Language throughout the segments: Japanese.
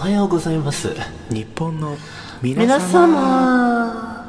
はようございます。 日本の皆様。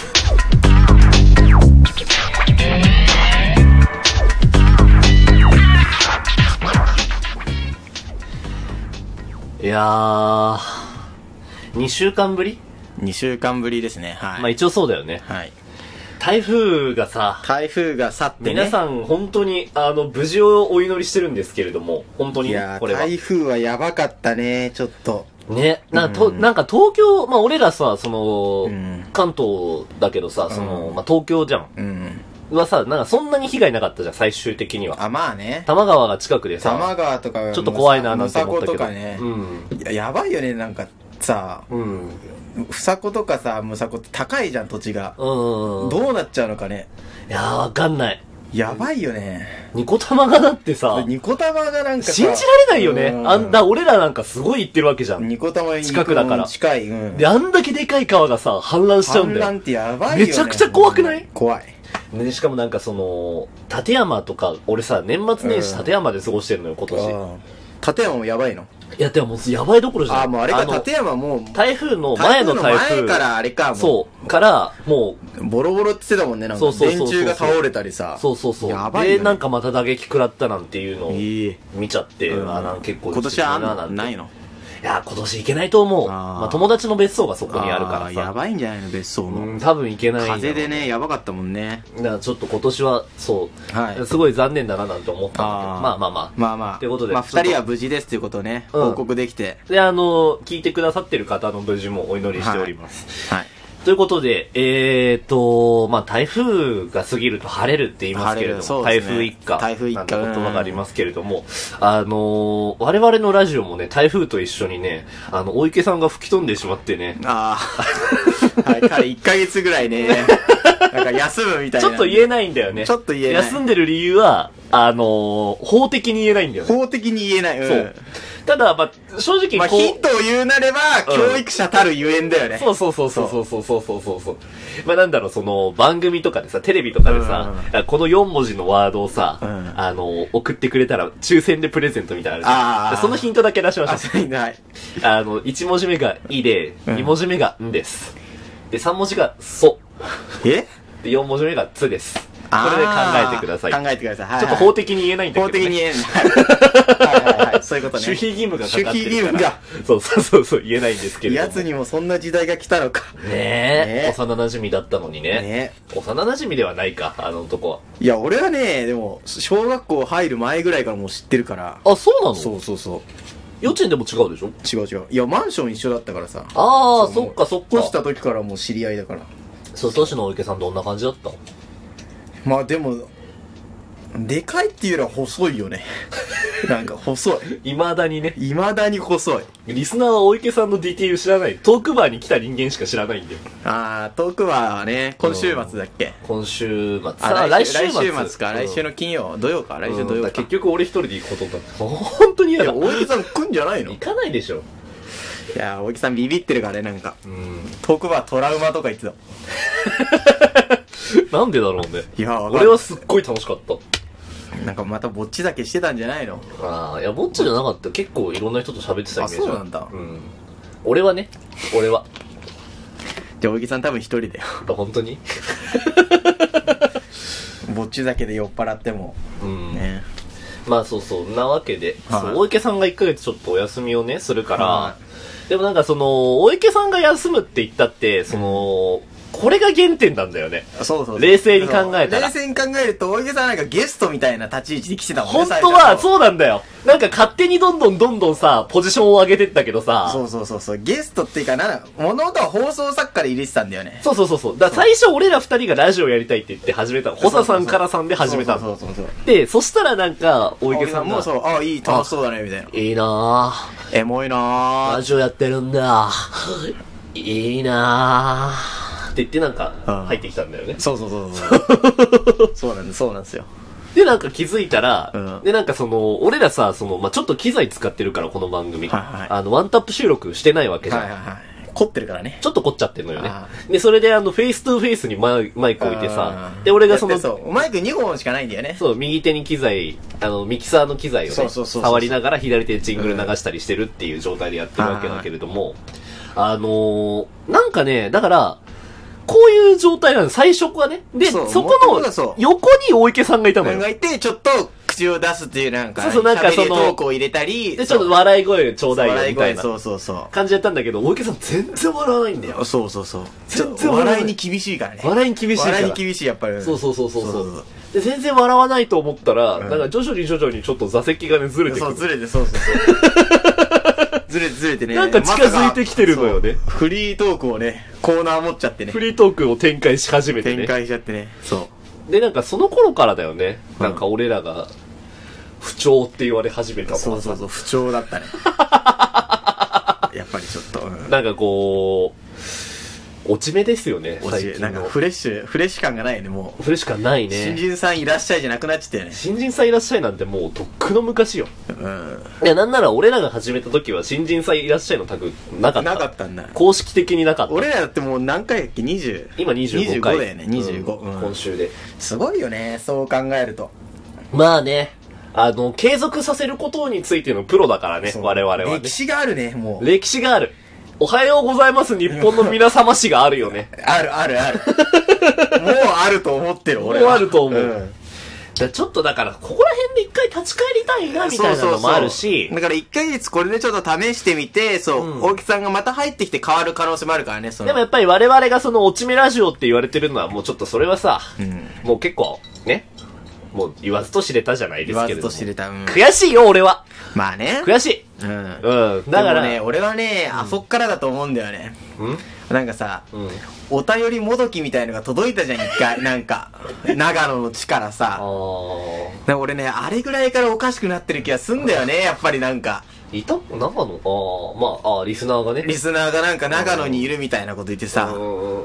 いやー、2週間ぶり 2週間ぶりですね。はい。 まあ一応そうだよね。 はい。 台風がさ、 台風が去ってね。 皆さん本当に無事をお祈りしてるんですけれども、本当にいやこれは台風はやばかったね、ちょっと。 ね、なんか東京、まあ俺らさ、 ん関東だけどさ、まあ東京じゃん。 うん。 はさ、なんかそんなに被害なかったじゃん、最終的には。 あ、まあね。 多摩川が近くでさ、 多摩川とかちょっと怖いななんて思ったけど。 むさことかね。 うん。 いや、やばいよね、なんかさ、 うん。 ふさことかさ、むさこって高いじゃん、土地が。 うん。 どうなっちゃうのかね。 いやー、わかんない。 やばいよね。 ニコタマがだってさ、 ニコタマがなんかさ信じられないよね。俺らなんかすごい行ってるわけじゃん。 ニコタマに近くだから。 近い。うん。 で、あんだけでかい川がさ、氾濫しちゃうんだよ。 氾濫ってやばいよね。 めちゃくちゃ怖くない？ 怖い。 で、しかもなんか立山とか、俺さ、年末年始立山で過ごしてるのよ、今年。 立山もやばいの？ いや、でももうやばいどころじゃない。 もうあれか、立山もう。 台風の前の台風。 前からあれか、もう。 そう。から、もう。ボロボロって言ってたもんね、なんか。電柱が倒れたりさ。 そうそうそう。 やばいよね。 で、なんかまた打撃食らったなんていうのを見ちゃって、結構。 今年はないの？ いや、今年行けないと思う。まあ友達の別荘がそこにあるからさ。 やばいんじゃないの、別荘も。 多分行けない。 風でね、やばかったもんね。 だからちょっと今年は、そう。はい。すごい残念だななんて思ったんだけど。まあまあまあ。 まあまあ。 ということで。 まあ二人は無事ですということをね、報告できて。 で、聞いてくださってる方の無事もお祈りしております。はい。ということで、まあ、台風が過ぎると晴れるって言いますけれども、台風一過。台風一過。なんて言葉がありますけれども、我々のラジオもね、台風と一緒にね、大池さんが吹き飛んでしまってね。 はい、彼1ヶ月ぐらいね、なんか休むみたいな。 ちょっと言えないんだよね。 ちょっと言えない。 休んでる理由は、法的に言えないんだよね。 法的に言えない。 そう。ただ、まあ、正直まあ、ヒントを言うなれば、教育者たるゆえんだよね。 そう。まあ、なんだろう、番組とかでさ、テレビとかでさ、この4文字のワードをさ、送ってくれたら、抽選でプレゼントみたいなのあるじゃん。そのヒントだけ出しました。 はい。 1文字目がいで、2文字目がんです。で、3文字がそ。で、4文字目がつです。これで考えてください。 考えてください。 ちょっと法的に言えないんだけど、ね。 法的に言えない。そういうことね。 守秘義務がかかってるから。 守秘義務が。 そう、言えないんですけれども。 奴にもそんな時代が来たのか。 ねえ。幼馴染だったのにね。幼馴染ではないか、あの男は。 いや、俺はね、でも、小学校入る前ぐらいからもう知ってるから。 あ、そうなの？ そう。 幼稚園でも違うでしょ？ 違う。いや、マンション一緒だったからさ。 ああ、そっか。 引っ越した時からもう知り合いだから。 そう、年のお池さんどんな感じだった？ まあでも、でかいっていうよりは細いよね。なんか細い。 未だにね。 未だに細い。 リスナーはお池さんのディティール知らない。トークバーに来た人間しか知らないんだよ。 トークバーはね、今週末だっけ？ 今週末。 来週末か。来週の金曜。土曜か。来週土曜か。 結局俺一人で行くことになって。本当に嫌だ。 大池さん来んじゃないの？ 行かないでしょ。 いや、大池さんビビってるからね、なんか。トークバートラウマとか言ってた。 なんでだろうね。 いや、 俺はすっごい楽しかった。 なんかまたぼっち酒してたんじゃないの？ いや、ぼっちじゃなかった。結構いろんな人と喋ってたイメージ。 そうなんだ。 俺は。じゃあ、大池さん多分一人だよ。 本当に？ ぼっち酒で酔っ払っても。ね。 まあそうなわけで、大池さんが1ヶ月ちょっとお休みをね、するから、でもなんか大池さんが休むって言ったって、これが原点なんだよね。 そう。 冷静に考えたら。 冷静に考えると、大池さんなんかゲストみたいな立ち位置で来てたもんね。 本当は、そうなんだよ。なんか勝手にどんどんさ、ポジションを上げてったけどさ。 そう。ゲストっていうか物事は放送作家で入れてたんだよね。 そう。だから最初俺ら二人がラジオやりたいって言って始めたの。補佐さんからさんで始めたの。で、そしたらなんか、大池さんが。 いい、楽しそうだね、みたいな。 いいなぁ。エモいなぁ。 ラジオやってるんだ。いいなぁ。って言ってなんか入ってきたんだよね。 そうそうなんですよ。 でなんか気づいたら、でなんか俺らさまあちょっと機材使ってるからこの番組、ワンタップ収録してないわけじゃん。 凝ってるからね。 ちょっと凝っちゃってるのよね。で、それでフェイストゥーフェイスにマイク置いてさ、で、俺がその、 マイク2本しかないんだよね。 そう、右手に機材、ミキサーの機材をね、触りながら左手でジングル流したりしてるっていう状態でやってるわけだけれども、なんかね、だから、こういう状態なの、最初はね。で、そこの横に大池さんがいたのよ。 がいて、ちょっと口を出すっていうなんか、 なんかその、 トークを入れたり、 で、ちょっと笑い声ちょうだいよみたいな感じやったんだけど、大池さん全然笑わないんだよ。 そう。全然笑いに厳しいからね。 笑いに厳しいから。 笑いに厳しい、やっぱり。 そう。で、全然笑わないと思ったら、なんか徐々にちょっと座席がね、ずれてくる。 ずれて、ずれてね。 なんか近づいてきてるのよね。 フリートークをね、コーナー持っちゃってね。 フリートークを展開し始めてね。 展開しちゃってね。そう。 で、なんかその頃からだよね。なんか俺らが、不調って言われ始めたもん。 そう、不調だったね。やっぱりちょっと。 なんかこう、落ち目ですよね、最近の。 なんかフレッシュ感がないよね、もう。 フレッシュ感ないね。 新人さんいらっしゃいじゃなくなっちゃったよね。 新人さんいらっしゃいなんてもうとっくの昔よ。いや、なんなら俺らが始めた時は新人さんいらっしゃいのタグなかった。 なかったんだ。 公式的になかった。 俺らだってもう何回やっけ ?20。 今25回。 25だよね、25。 今週で。 すごいよね、そう考えると。 まあね。継続させることについてのプロだからね、我々はね。 歴史があるね、もう。 歴史がある。おはようございます日本の皆様史があるよね。 ある。もうあると思ってる、俺は。 もうあると思う。ちょっとだから、ここら辺で一回立ち返りたいな、みたいなのもあるし。 だから1ヶ月これでちょっと試してみて、大木さんがまた入ってきて変わる可能性もあるからね、 でもやっぱり我々がその落ち目ラジオって言われてるのはもうちょっとそれはさ、もう結構、ね。もう言わずと知れたじゃないですけれども。 言わずと知れた。 悔しいよ、俺は。 まあね。 悔しい。だからね、俺はね、あそっからだと思うんだよね。なんかさ、お便りもどきみたいのが届いたじゃん、一回。なんか、長野の地からさ。俺ね、あれぐらいからおかしくなってる気がすんだよね、やっぱりなんか。 いた長野リスナーがね。 リスナーがなんか長野にいるみたいなこと言ってさ。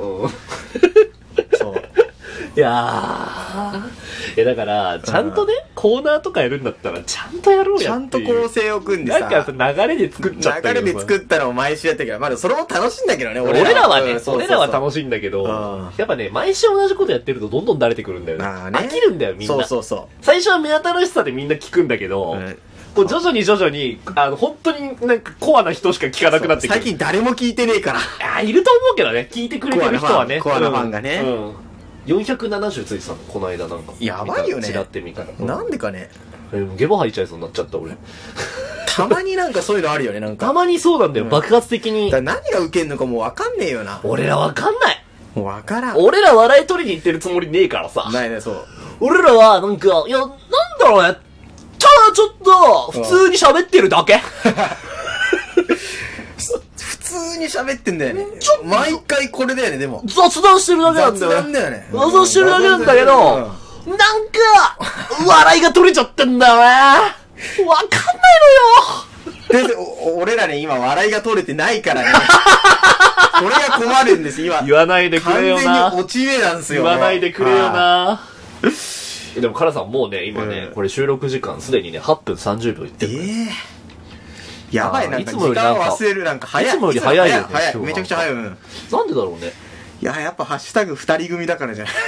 そう。 いやだから、ちゃんとね、コーナーとかやるんだったら、ちゃんとやろうやっていう。 ちゃんと構成を組んでさ。 なんか流れで作っちゃったけど。 流れで作ったのを毎週やったけど、まだそれも楽しいんだけどね、 俺らはね、俺らは楽しいんだけど、やっぱね、毎週同じことやってるとどんどん慣れてくるんだよね。飽きるんだよ、みんな。最初は目新しさでみんな聞くんだけど、こう徐々に、本当になんかコアな人しか聞かなくなってくる。 最近誰も聞いてねえから。 いると思うけどね、聞いてくれてる人はね。 コアなファンがね。 470ついてたの、この間なんか。 やばいよね。 違ってみたら。 なんでかね。 ゲボ吐いちゃいそうになっちゃった、俺。 たまになんかそういうのあるよね、なんか。 たまにそうなんだよ、爆発的に。 何がウケんのかもうわかんねえよな。 俺らわかんない。 もうわからん。 俺ら笑い取りに行ってるつもりねえからさ。 ないね、そう。 俺らは、なんか、いや、なんだろうね。ただちょっと、普通に喋ってるだけ。 普通に喋ってんだよね。毎回これだよね、でも。 雑談してるだけなんだよ。 雑談だよね。 雑談してるだけなんだけど、なんか、笑いが取れちゃってんだよね。わかんないのよ。で、俺らね、今笑いが取れてないからね。これが困るんです、今。 言わないでくれよな。 完全に落ち目なんすよ。 言わないでくれよな。でも、カラさんもうね、今ね、これ収録時間すでにね、8分30秒いってる。 やばい、なんか時間忘れる、なんか早い。 いつもより早いよね。 早い。めちゃくちゃ早い。なんでだろうね。 いや、やっぱハッシュタグ二人組だからじゃない。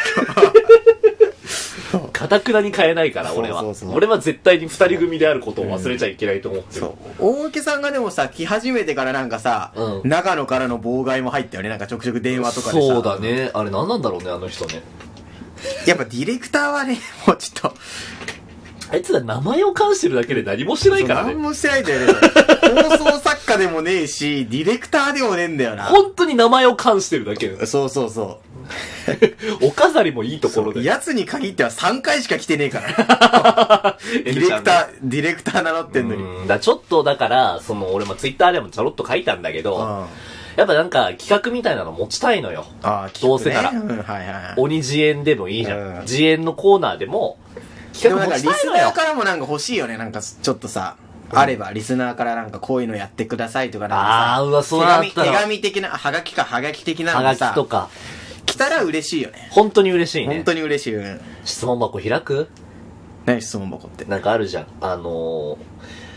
かたくなに変えないから、俺は。俺は絶対に二人組であることを忘れちゃいけないと思ってる。 大池さんがでもさ、来始めてからなんかさ、長野からの妨害も入ったよね。なんかちょくちょく電話とかでさ。 そうだね。あれ何なんだろうね、あの人ね。 やっぱディレクターはね、もうちょっと。 あいつら名前を冠してるだけで何もしてないからね。 何もしてないんだよね。放送作家でもねえし、ディレクターでもねえんだよな。 本当に名前を冠してるだけ。 そう。 お飾りもいいところで。 奴に限っては3回しか来てねえから。ディレクター名乗ってんのに。 ちょっとだから、俺もツイッターでもちょろっと書いたんだけど、やっぱなんか企画みたいなの持ちたいのよ。どうせなら。鬼自演でもいいじゃん。自演のコーナーでも、 企画持ちたいのよ。リスナーからもなんか欲しいよね。なんかちょっとさ、あれば、リスナーからなんかこういうのやってくださいとかなんかさ、手紙的な、はがき的なのがさ、 はがきとか。 来たら嬉しいよね。 本当に嬉しいね。 本当に嬉しいよね。 質問箱開く？ 何質問箱って。 なんかあるじゃん。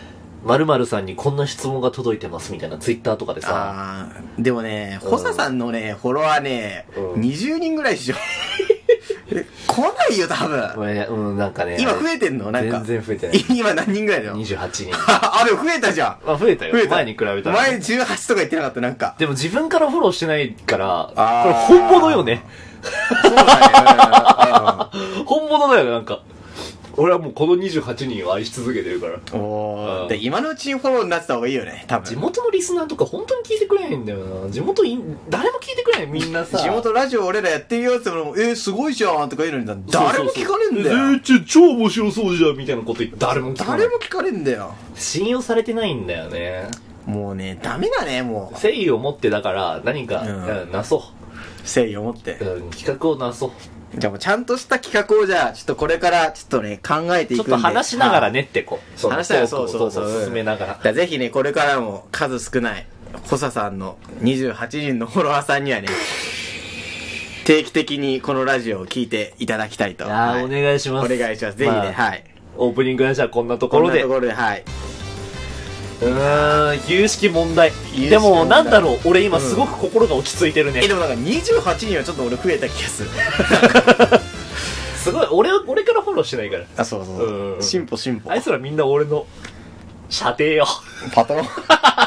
〇〇さんにこんな質問が届いてますみたいなツイッターとかでさ。 でもね、ホサさんのね、フォロワーね、20人ぐらいでしょ。来ないよ、多分。 なんかね。 今増えてんのなんか。 全然増えてない。 今何人ぐらいだよ。 28人。 あ、でも増えたじゃん。 増えたよ。前に比べたら。 前18とか言ってなかった、なんか。 でも自分からフォローしてないから、これ本物よね。 そうだね。本物だよ、なんか。俺はもうこの28人を愛し続けてるから。 で、今のうちにフォローになってた方がいいよね、多分。 地元のリスナーとか本当に聞いてくれないんだよな。誰も聞いてくれない、みんなさ。 地元ラジオ俺らやってるよって言っても、すごいじゃんとか言うのに誰も聞かねえんだよ。 超面白そうじゃんみたいなこと言って誰も聞かない。 誰も聞かねえんだよ。 信用されてないんだよね。 もうね、ダメだね、もう。 誠意を持ってだから何か、なそう。 誠意を持って。 企画をなそう。 じゃあもうちゃんとした企画をじゃあ、ちょっとこれからちょっとね、考えていくんで。 ちょっと話しながらねってこう。 話しながらそう進めながら。ぜひね、これからも数少ない、ホサさんの28人のフォロワーさんにはね、定期的にこのラジオを聞いていただきたいと。 お願いします。 お願いします。ぜひね、はい。 オープニングはじゃあこんなところで。 はい。 有識問題。でもなんだろう、俺今すごく心が落ち着いてるね。 でもなんか28人はちょっと俺増えた気がする。 すごい、俺からフォローしてないから。 あ、そう。進歩。 あいつらみんな俺の射程よ。 パトロン